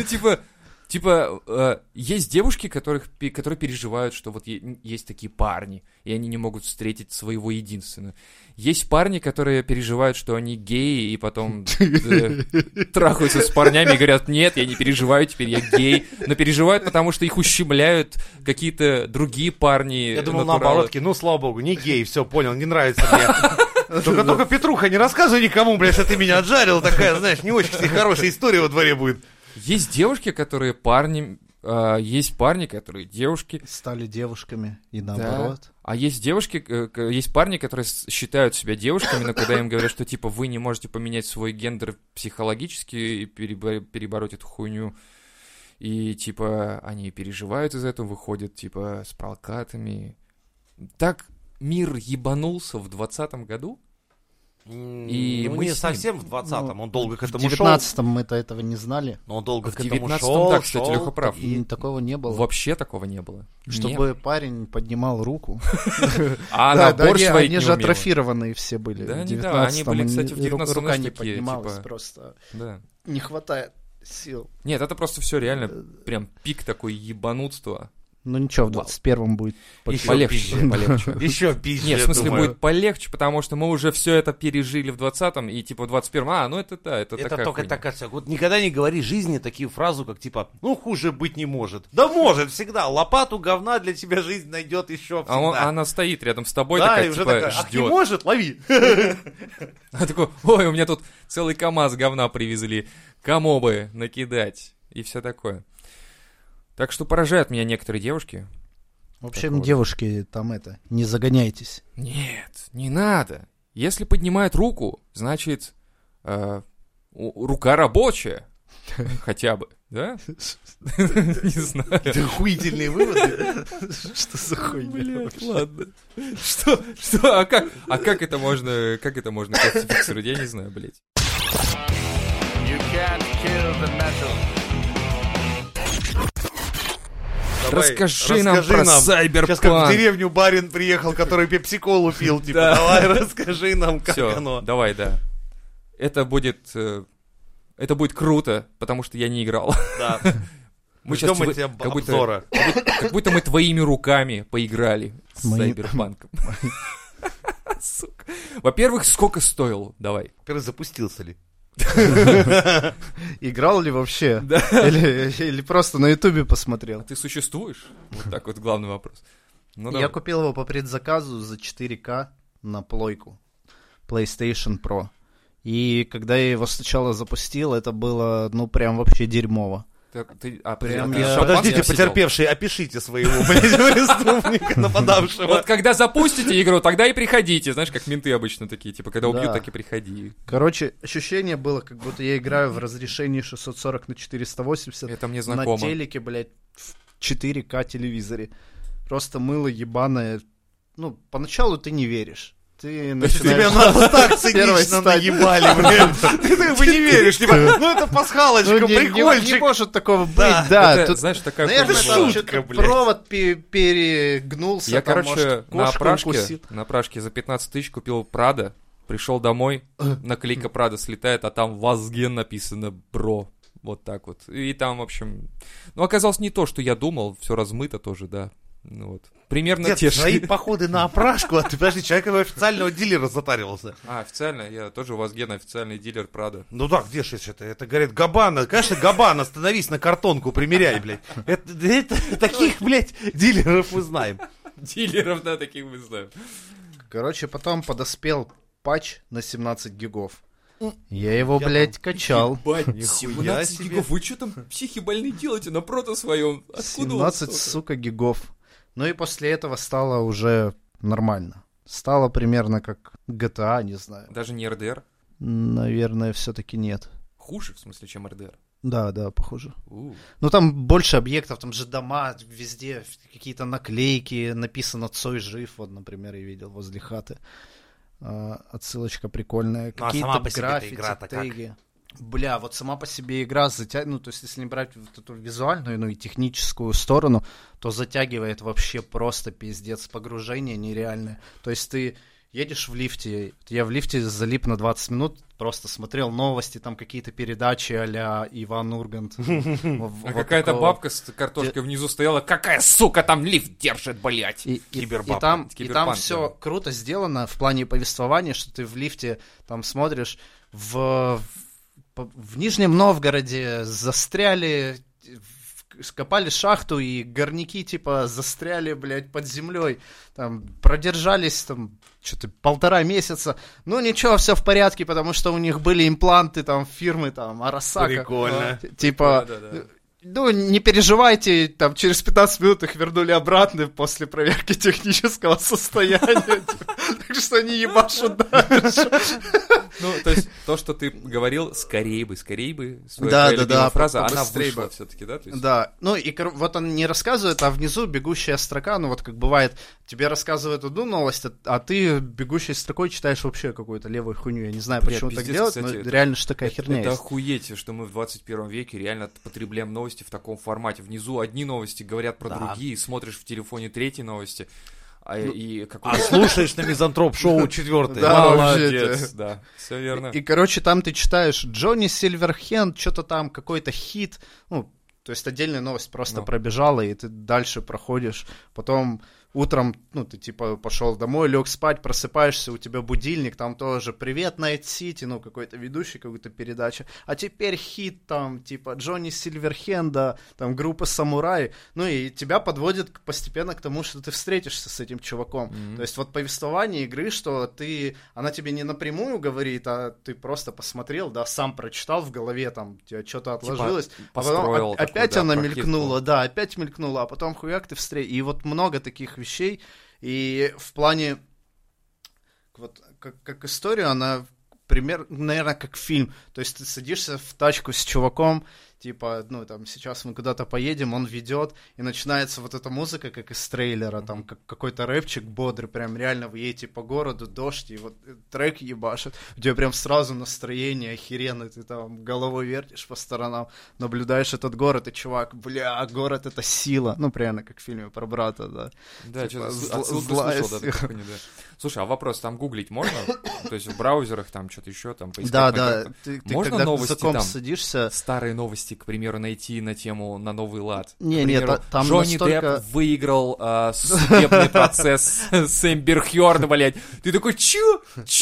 типа, есть девушки, которые переживают, что вот есть такие парни, и они не могут встретить своего единственного. Есть парни, которые переживают, что они геи, и потом трахаются с парнями и говорят, нет, я не переживаю, теперь я гей. Но переживают, потому что их ущемляют какие-то другие парни. Я думал, наоборот, ну, слава богу, не гей, все, понял, не нравится мне. Только, Петруха, не рассказывай никому, блядь, что ты меня отжарил, такая, знаешь, не очень хорошая история во дворе будет. Есть девушки, которые парни, есть парни, которые девушки. Стали девушками и наоборот. Да. А есть девушки, есть парни, которые считают себя девушками, но когда им говорят, что типа вы не можете поменять свой гендер психологически и перебороть эту хуйню, и типа они переживают из-за этого, выходят типа с плакатами. Так мир ебанулся в 2020 году. И мы не с совсем ним. в 20-м, он долго к этому В шел. 19-м мы-то этого не знали. Но он долго В к этому 19-м, шел. да, кстати, Леха прав. И такого не было. Вообще такого не было. Чтобы парень поднимал руку. А она борщ варить они не же умела. атрофированные все были. Да, в не, да, они 19-м, были, кстати, в 19-м рука знаешь, не такие, поднималась, типа, просто Да. не хватает сил. Нет, это просто все реально прям пик такой ебанутства. Ну ничего, в 21-м будет Еще Полегче, полегче. Еще пизже, Нет, в смысле, думаю. будет полегче, потому что мы уже все это пережили в 20-м, и типа в 21-м, ну это да, это Это такая только хуйня. такая... Вот никогда не говори жизни такие фразу, как типа, ну хуже быть не может. Да может, всегда. Лопату говна для тебя жизнь найдет еще всегда. Она стоит рядом с тобой, да, такая, и уже типа, такая, ах, не ждет. может, лови. А такой, ой, у меня тут целый КамАЗ говна привезли, кому бы накидать, и все такое. Так что поражают меня некоторые девушки. В общем, Такого. девушки, там не загоняйтесь. Нет, не надо. Если поднимает руку, значит, рука рабочая. Хотя бы, да? Не знаю. Это охуительные выводы. Что за хуйня? Блядь, ладно. Что? А как это можно классифицировать? Я не знаю, блядь. Расскажи нам про Cyberpunk. Сейчас как в деревню барин приехал, который пепси-колу пил. Типа, давай, расскажи нам, как Всё, оно. давай, да. Это будет круто, потому что я не играл. Да. Мы сейчас как будто мы твоими руками поиграли с Сайберпанком. Сука. Во-первых, сколько стоил? Давай. Во-первых, запустился ли? Играл ли вообще? Или просто на Ютубе посмотрел? А ты существуешь? Вот так вот главный вопрос. Я купил его по предзаказу за 4К на плойку PlayStation Pro. И когда я его сначала запустил, это было, ну, прям вообще дерьмово. Подождите, потерпевшие, опишите своего, преступника, нападавшего. Вот когда запустите игру, тогда и приходите. Знаешь, как менты обычно такие, типа, когда убьют, так и приходи. Короче, ощущение было, как будто я играю в разрешении 640 на 480. Это мне знакомо. На телеке, блядь, в 4К телевизоре. Просто мыло ебаное. Ну, поначалу ты не веришь. Ты начинаешь... Тебя надо так цинично наебали, блин. Ты как бы не веришь, типа, ну это пасхалочка, прикольчик. Не может такого быть, да. Тут, знаешь, такая шутка, блядь. Провод перегнулся. Я, короче, на опрашке за 15 тысяч купил Прада, пришел домой, наклейка Прада слетает, а там Вазген написано «Бро». Вот так вот. И там, в общем... Ну, оказалось не то, что я думал, все размыто тоже, да. Ну, вот. Примерно те же. Свои походы на опрашку, а ты, подожди, человек официального дилера затаривался. Официально? Я тоже у вас, Ген, официальный дилер Прада. Ну да, где же это? Это, говорит, Габбана. Конечно, Габбана, становись на картонку, примеряй, блядь. Это таких, блядь, дилеров мы знаем. Дилеров, да, таких мы знаем. Короче, потом подоспел патч на 17 гигов. Я его, блядь, качал. Ебать, 17 гигов. Вы что там, психи больные делаете на прото своем? Откуда 17, сука, гигов. Ну и после этого стало уже нормально. Стало примерно как GTA, не знаю. Даже не RDR? Наверное, все-таки нет. Хуже, в смысле, чем RDR? Да, похоже. Ну там больше объектов, там же дома, везде какие-то наклейки, написано «Цой жив», вот, например, я видел возле хаты. Отсылочка прикольная. Ну, какие-то граффити, теги. Бля, вот сама по себе игра затягивает, ну, то есть, если не брать вот эту визуальную, ну, и техническую сторону, то затягивает вообще просто пиздец, погружение нереальное. То есть, ты едешь в лифте, я в лифте залип на 20 минут, просто смотрел новости, там какие-то передачи а-ля Иван Ургант. А какая-то бабка с картошкой внизу стояла, какая сука там лифт держит, блядь. И там все круто сделано в плане повествования, что ты в лифте там смотришь в Нижнем Новгороде застряли, копали шахту, и горняки, типа, застряли, блядь, под землей. Там, продержались, там, что-то 1,5 месяца. Ну, ничего, все в порядке, потому что у них были импланты, там, фирмы, там, Арасака. Прикольно. Типа... Ну, не переживайте, там, через 15 минут их вернули обратно после проверки технического состояния. Так что они ебашут дальше. Ну, то есть, то, что ты говорил, скорее бы, да, фраза, она вышла все-таки, да? Да, ну, и вот он не рассказывает, а внизу бегущая строка, ну, вот как бывает, тебе рассказывают одну новость, а ты бегущей строкой читаешь вообще какую-то левую хуйню. Я не знаю, почему так делать, но реально же такая херня есть. Это охуеть, что мы в 21 веке реально потребляем новости в таком формате. Внизу одни новости говорят про другие, смотришь в телефоне третьи новости. Слушаешь на Мизантроп-шоу 4-е. Да, молодец, да, все верно. И, короче, там ты читаешь Джонни Сильверхенд, что-то там, какой-то хит, ну, то есть отдельная новость просто пробежала, и ты дальше проходишь. Потом утром, ну, ты типа пошел домой, лег спать, просыпаешься, у тебя будильник, там тоже «Привет, Найт Сити», ну, какой-то ведущий, какой-то передача. А теперь хит там, типа Джонни Сильверхенда, там группа «Самурай». Ну, и тебя подводит постепенно к тому, что ты встретишься с этим чуваком. То есть вот повествование игры, что она тебе не напрямую говорит, а ты просто посмотрел, да, сам прочитал в голове, там, у тебя что-то отложилось. Типа, а потом опять она мелькнула, опять мелькнула, а потом хуяк ты встретил. И вот много таких вещей, и в плане вот как историю, она наверное, как фильм. То есть ты садишься в тачку с чуваком, типа, ну, там, сейчас мы куда-то поедем, он ведет, и начинается вот эта музыка, как из трейлера, там, как какой-то рэпчик бодрый, прям реально вы едете по городу, дождь, и вот трек ебашит, у тебя прям сразу настроение охеренное, ты там головой вертишь по сторонам, наблюдаешь этот город, и чувак, бля, город — это сила, ну, прямо как в фильме про брата, да. Да, типа, что-то слышал, да, такой, да. Слушай, а вопрос, там гуглить можно? То есть в браузерах там что-то еще, там, поискать? Да, ты можно когда новости за комп там, садишься... старые новости новости, к примеру, найти на тему «На новый лад». Не, К примеру, там Джонни настолько... Депп выиграл судебный процесс с Эмбер Хёрд, блядь. Ты такой, чё?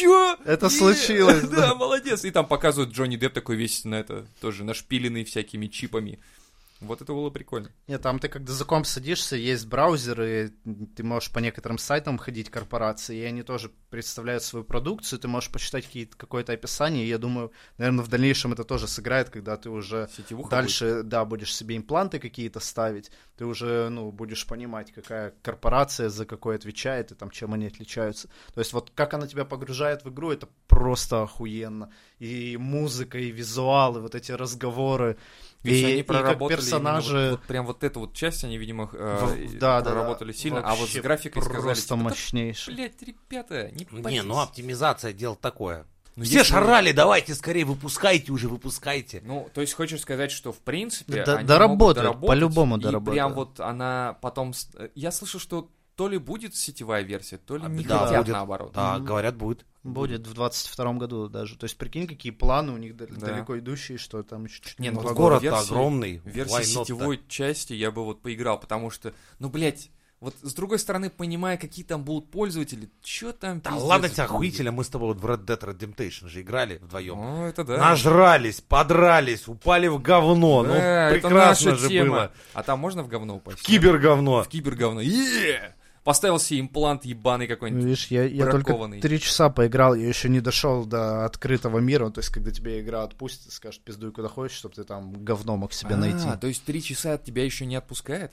Это случилось, да. Да, молодец. И там показывают Джонни Депп такой весь на это, тоже нашпиленный всякими чипами. Вот это было прикольно. Нет, там ты когда за комп садишься, есть браузеры, ты можешь по некоторым сайтам ходить, корпорации, и они тоже представляют свою продукцию, ты можешь почитать какое-то описание, и я думаю, наверное, в дальнейшем это тоже сыграет, когда ты уже Сетевуха дальше, да, будешь себе импланты какие-то ставить, ты уже, будешь понимать, какая корпорация за какой отвечает, и там, чем они отличаются. То есть вот как она тебя погружает в игру, это просто охуенно. И музыка, и визуалы, вот эти разговоры. И они проработали как персонажи... вот прям вот эту вот часть, они, видимо, да, проработали сильно, а вот с графикой сказали, просто мощнейший. блядь, ребята, не Не, парьтесь. оптимизация дело такое. Ну, Все если- шарали, давайте скорее выпускайте. Ну, то есть хочешь сказать, что в принципе Да, они доработают, могут доработать, по-любому и доработают. прям вот она потом... Я слышал, что то ли будет сетевая версия, то ли не Да, хотят будет. наоборот. Да, говорят, будет. Будет в 22-м году даже. То есть, прикинь, какие планы у них далеко идущие, что там еще чуть Не, ну, два года. Город-то версии- огромный. В версии why not-то? сетевой части я бы вот поиграл, потому что, блядь, вот с другой стороны, понимая, какие там будут пользователи, что там Да пиздец ладно тебя, будет. охуительно, мы с тобой вот в Red Dead Redemption же играли вдвоем. Ну, это да. Нажрались, подрались, упали в говно. Да, Ну, это прекрасно наша же тема. было. А там можно в говно упасть? Киберговно. В киберговно. Поставил себе имплант ебаный какой-нибудь. Видишь, я только бракованный. 3 часа поиграл, я еще не дошел до открытого мира, то есть, когда тебе игра отпустит, скажет, пиздуй куда хочешь, чтобы ты там говно мог себе найти. То есть 3 часа от тебя еще не отпускает?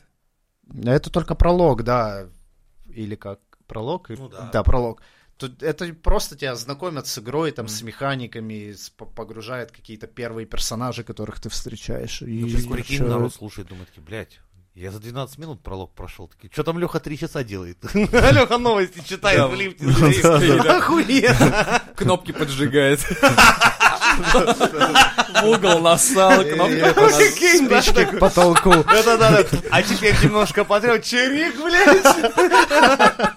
Это только пролог, да. Или как? Пролог? Ну да. Да, пролог. Тут это просто тебя знакомят с игрой, там, с механиками, погружает какие-то первые персонажи, которых ты встречаешь. И Ну, сейчас прикинь, чё- народ слушает, думает, такие, блядь, я за 12 минут пролог прошел. Такие, что там Леха 3 часа делает? Леха новости читает в лифте. Охуенно! Кнопки поджигает. В угол насал, кнопки Спички к потолку. Да-да-да. А теперь немножко потрёт. Чирик, блядь.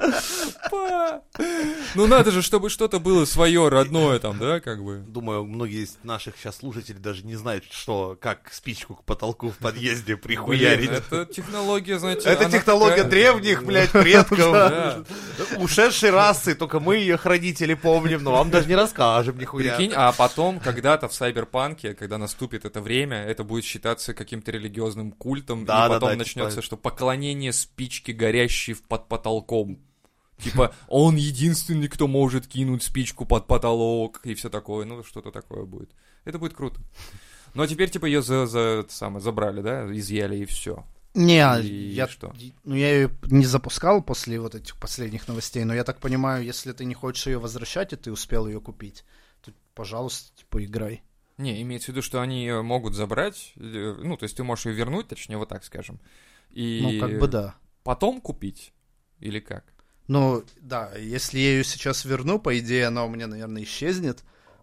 Ну надо же, чтобы что-то было свое, родное там, да, как бы. Думаю, многие из наших сейчас слушателей даже не знают, как спичку к потолку в подъезде прихуярить. Блин, это технология, знаете, Это она технология такая- древних, блядь, предков. Да. Ушедшей расы, только мы ее хранители помним, но вам даже не расскажем нихуя. Прикинь, а потом, когда-то в Сайберпанке, когда наступит это время, это будет считаться каким-то религиозным культом, Да, и да, потом да, начнется, типа- что поклонение спички, горящей под потолком. Типа, он единственный, кто может кинуть спичку под потолок, и все такое, ну, что-то такое будет. Это будет круто. Ну, а теперь, типа, ее забрали, да, изъяли, и все. Не, И я что? ее не запускал после вот этих последних новостей, но я так понимаю, если ты не хочешь ее возвращать, и ты успел ее купить, то, пожалуйста, типа, играй. Не, имеется в виду, что они её могут забрать, ну, то есть ты можешь ее вернуть, точнее, вот так скажем. И Ну, как бы да. потом купить? Или как? Ну, да, если я ее сейчас верну, по идее, она у меня, наверное, исчезнет.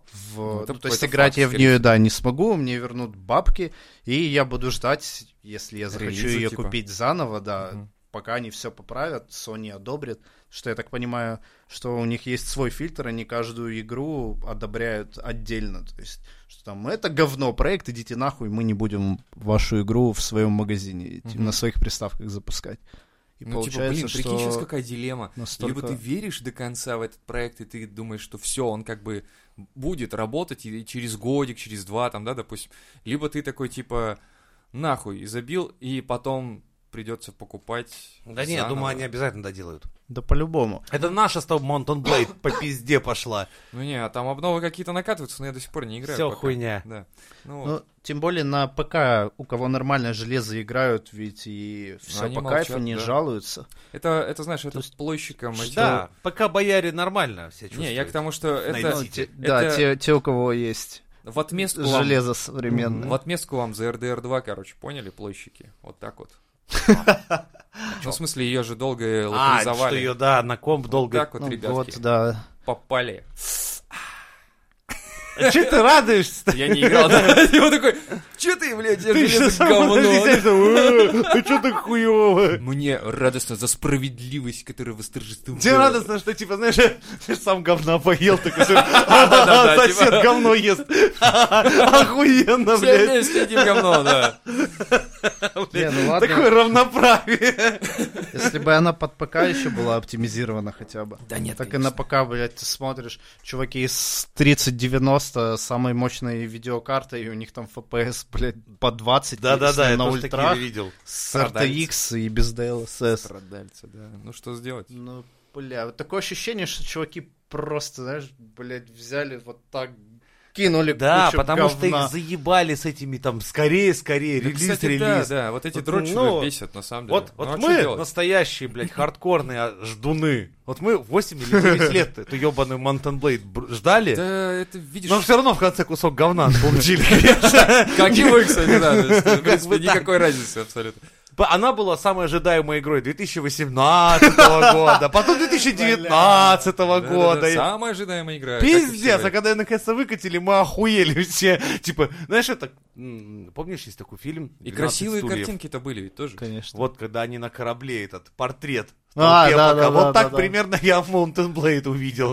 Ну, это То есть какой-то играть факт, я в скорее нее, да, не смогу, мне вернут бабки, и я буду ждать, если я захочу Релиза, ее типа. купить заново, да, Мгм. пока они все поправят, Sony одобрит. Что я так понимаю, что у них есть свой фильтр, они каждую игру одобряют отдельно. То есть, что там, это говно, проект, идите нахуй, мы не будем вашу игру в своем магазине Мгм. на своих приставках запускать. И Ну, типа, получается, блин, прикинь, сейчас что какая дилемма. настолько... Либо ты веришь до конца в этот проект, и ты думаешь, что все, он как бы будет работать и через годик, через 2, там, да, допустим. Либо ты такой, типа, нахуй, забил, и потом придется покупать. Да не, я заново. думаю, они обязательно доделают. Да по-любому. Это наша с тобой Mountain Blade по пизде пошла. Ну не, а там обновы какие-то накатываются, но я до сих пор не играю. Всё пока. хуйня. Да. Ну, Ну, тем более на ПК, у кого нормальное железо играют, ведь и все Они по молчат, кайфу, не да. жалуются. это знаешь, это То есть, плойщикам. Да, пока бояре нормально все чувствуют. Не, я к тому, что это, Найдите. Да, это те, у кого есть в отместку вам... железо современное. В отместку вам за RDR 2, короче, поняли, плойщики? Вот так вот. Ну, в смысле, ее же долго что локализовали. ее, да, на комп долго... Так вот, Ну, ребятки, вот, да. попали. Че ты радуешься? Я не играл, да? И он такой, че ты, блядь, я железо говно. Ты что так хуёво? Мне радостно за справедливость, которая восторжествует. Тебе радостно, что, типа, знаешь, ты сам говна поел, такой, да, сосед говно ест. Охуенно, Все блядь. вместе едим говно, да. Не, ну ладно, Такое равноправие. если бы она под ПК еще была оптимизирована хотя бы. Да нет, Так и на ПК, блядь, ты смотришь, чуваки с 3090 самой мощной видеокартой, и у них там FPS, блядь, по 20, Да-да-да, если я на тоже ультрах, такие видел. с RTX и без DLSS. Страдальцы, да. Ну что сделать? Ну, бля, вот такое ощущение, что чуваки просто, знаешь, блядь, взяли вот так, кинули Да, кучу потому что говна. их заебали с этими там скорее, Да, кстати, да, релиз. да, вот эти Вот, дрочеры ну, бесят, на самом деле. Вот Ну, а мы что делать? настоящие, блядь, хардкорные ждуны. Вот мы 8 или 9 лет эту ебаную Mountain Blade ждали, Да, это, видишь, но все равно в конце кусок говна получили. как и вы, кстати, да. То есть, в принципе, бы так. никакой разницы абсолютно. Она была самой ожидаемой игрой 2018 года, потом 2019 Да-да-да, года. самая ожидаемая игра. как и Пиздец, всегда. а когда ее наконец-то выкатили, мы охуели все. Типа, знаешь, это... Помнишь, есть такой фильм? И 12 красивые стульев»? картинки-то были ведь тоже. Конечно. Вот когда они на корабле, этот портрет. в А, толпе да, пока. да, Вот да, так да. примерно я в Mountain Blade увидел.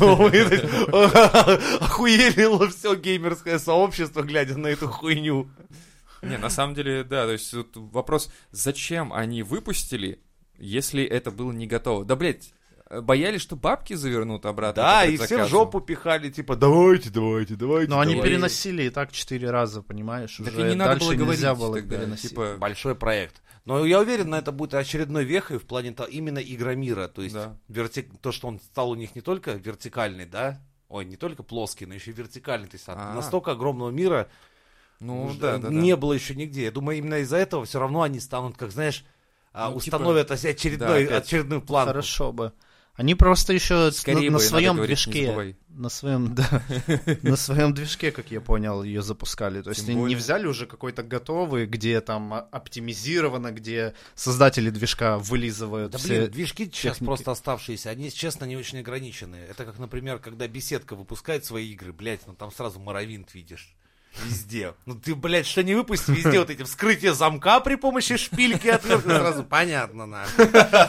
Охуелило все геймерское сообщество, глядя на эту хуйню. Не, на самом деле, да, то есть тут вопрос, зачем они выпустили, если это было не готово? Да, блядь, боялись, что бабки завернут обратно. Да, по и все в предзаказу. жопу пихали, типа, давайте. Но они давай. переносили и так 4 раза, понимаешь? Так уже и не надо дальше было говорить нельзя было тогда, переносить. типа, Большой проект. Но я уверен, это будет очередной вехой в плане именно Игромира. То есть Да. то, что он стал у них не только вертикальный, да? Ой, не только плоский, но еще и вертикальный. То есть настолько огромного мира ну, уже да. не было еще нигде. Я думаю, именно из-за этого все равно они станут, как знаешь, Ну, установят очередную планку. Хорошо бы. Они просто еще Скорее на бы, своем надо говорить, не движке, забывай. на своем, да, на своем движке, как я понял, ее запускали. То есть Тем они не более. взяли уже какой-то готовый, где там оптимизировано, где создатели движка вылизывают Да все. блин, движки сейчас техники. просто оставшиеся, они, честно, не очень ограничены. Это как, например, когда беседка выпускает свои игры, блять, ну там сразу Моровинт видишь. Везде. Ну ты, блядь, что не выпусти, везде вот эти вскрытие замка при помощи шпильки отвертки, сразу понятно, нахуй.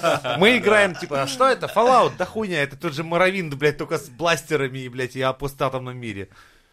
Мы играем, типа, а что это? Fallout? Да хуйня, это тот же Моровинт, блядь, только с бластерами и, блядь, и о постатомном мире.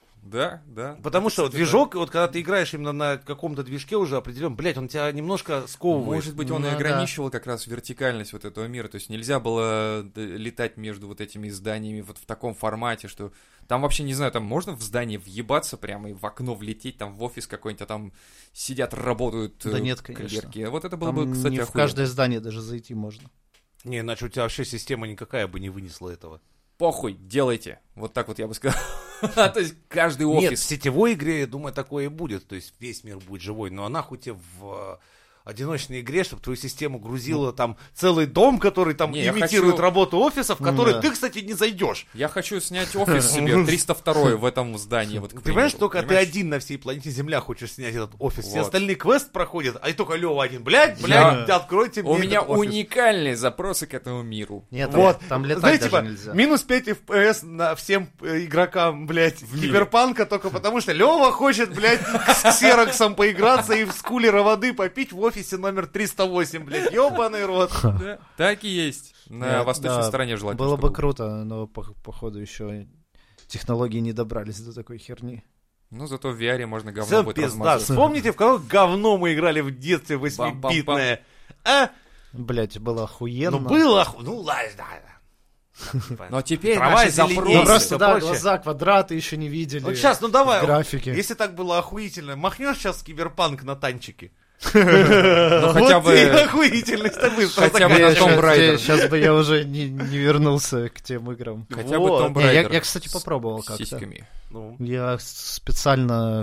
Да, да. Потому что Кстати, движок, вот когда ты играешь именно на каком-то движке уже определен, блядь, он тебя немножко сковывает. Может быть, он и Ну, ограничивал как раз вертикальность вот этого мира. То есть нельзя было летать между вот этими зданиями вот в таком формате, что там вообще, не знаю, там можно в здание въебаться прямо и в окно влететь, там в офис какой-нибудь, а там сидят, работают Да нет, конечно. клерки. Вот это было Там бы, кстати, не в охуенно. каждое здание даже зайти можно. Не, иначе у тебя вообще система никакая бы не вынесла этого. Похуй, делайте. Вот так вот я бы сказал. То есть каждый офис. Нет, в сетевой игре, я думаю, такое и будет. То есть весь мир будет живой. Но нахуй тебе в одиночной игре, чтобы твою систему грузила там целый дом, который там Не, я имитирует хочу- работу офисов, в который да. ты, кстати, не зайдешь. Я хочу снять офис себе 302 в этом здании. Вот, к Ты понимаешь, примеру, только понимаешь? ты один на всей планете Земля хочешь снять этот офис. Все Вот. остальные квест проходят, а и только Лева один. Блядь, откройте мне У меня этот офис. уникальные запросы к этому миру. Нет, Вот, там летать знаете, даже типа, нельзя. минус 5 FPS на всем игрокам, блядь, киберпанка, только потому что Лева хочет, блядь, с ксероксом поиграться и в скулера воды попить в офисе номер 308, блядь, ебаный рот. Да, так и есть. На Нет, восточной да, стороне желательно. Было бы чтобы круто, но походу еще технологии не добрались до такой херни. Ну, зато в VR можно говно Все будет пизда. размазывать. Вспомните, в какое говно мы играли в детстве 8-битное. А? Блять, было охуенно. Ну было, ну ладно, да. Но теперь Трава наши зеленее. запросы... Ну просто, всё да, проще. глаза, квадраты еще не видели. Вот сейчас, ну давай, в графике. если так было охуительно, махнешь сейчас киберпанк на танчике. Ну, хотя Вот ты бы... охуительность Хотя бы на Tomb Raider. Сейчас бы я уже не вернулся к тем играм. Хотя Вот. бы Tomb Не, Raider я, кстати, с попробовал как-то. сиськами. Ну, Я специально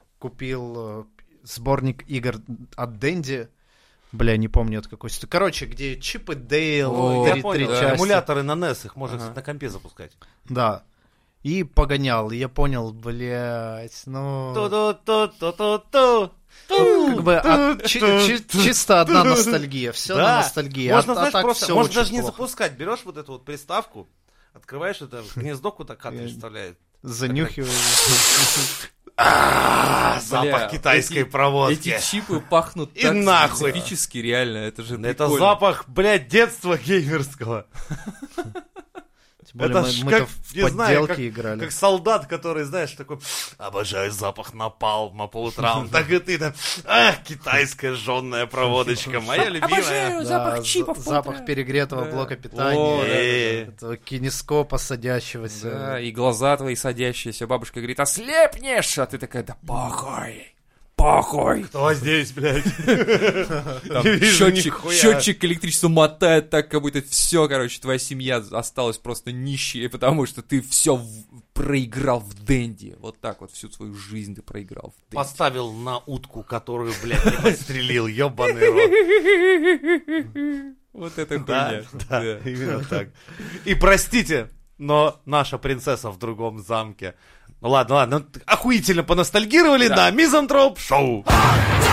купил сборник игр от Dendy. Бля, не помню от какой. Короче, где Чип и Дейл, О, я три понял, части. эмуляторы на NES, их можно Ага. на компе запускать. Да. И погонял. И я понял, блядь, ну... Ту-ту-ту-ту-ту-ту. Как бы чисто одна ностальгия. Все на Да. ностальгии. Можно, а знаешь, так просто, все можно очень даже не плохо. запускать. Берешь вот эту вот приставку, открываешь это гнездо, куда картридж вставляет. Занюхиваешь. Запах китайской проводки. Эти чипы пахнут И так нахуй. специфически, реально, это же Это прикольно. запах, блядь, детства геймерского. Тем более Это ж мы-то как, в не знаю, подделки играли. как солдат, который, знаешь, такой, обожаю запах напалма по утрам. Так и ты, да, китайская жжёная проводочка, моя любимая. Да, запах перегретого блока питания. О, да, Этого кинескопа садящегося. Да, и глаза твои садящиеся. Бабушка говорит, ослепнешь! А ты такая, да похуй! Похуй! Кто здесь, блядь? Там Не вижу счетчик, нихуя. счетчик электричества мотает так, как будто все, короче, твоя семья осталась просто нищей, потому что ты все проиграл в Дэнди. Вот так вот всю свою жизнь ты проиграл в Дэнди. Поставил на утку, которую, блядь, не подстрелил, ёбаный рот. Вот это Да, хуйня. да, именно так. И простите, но наша принцесса в другом замке. Ну ладно, охуительно поностальгировали, да, Мизантроп Шоу.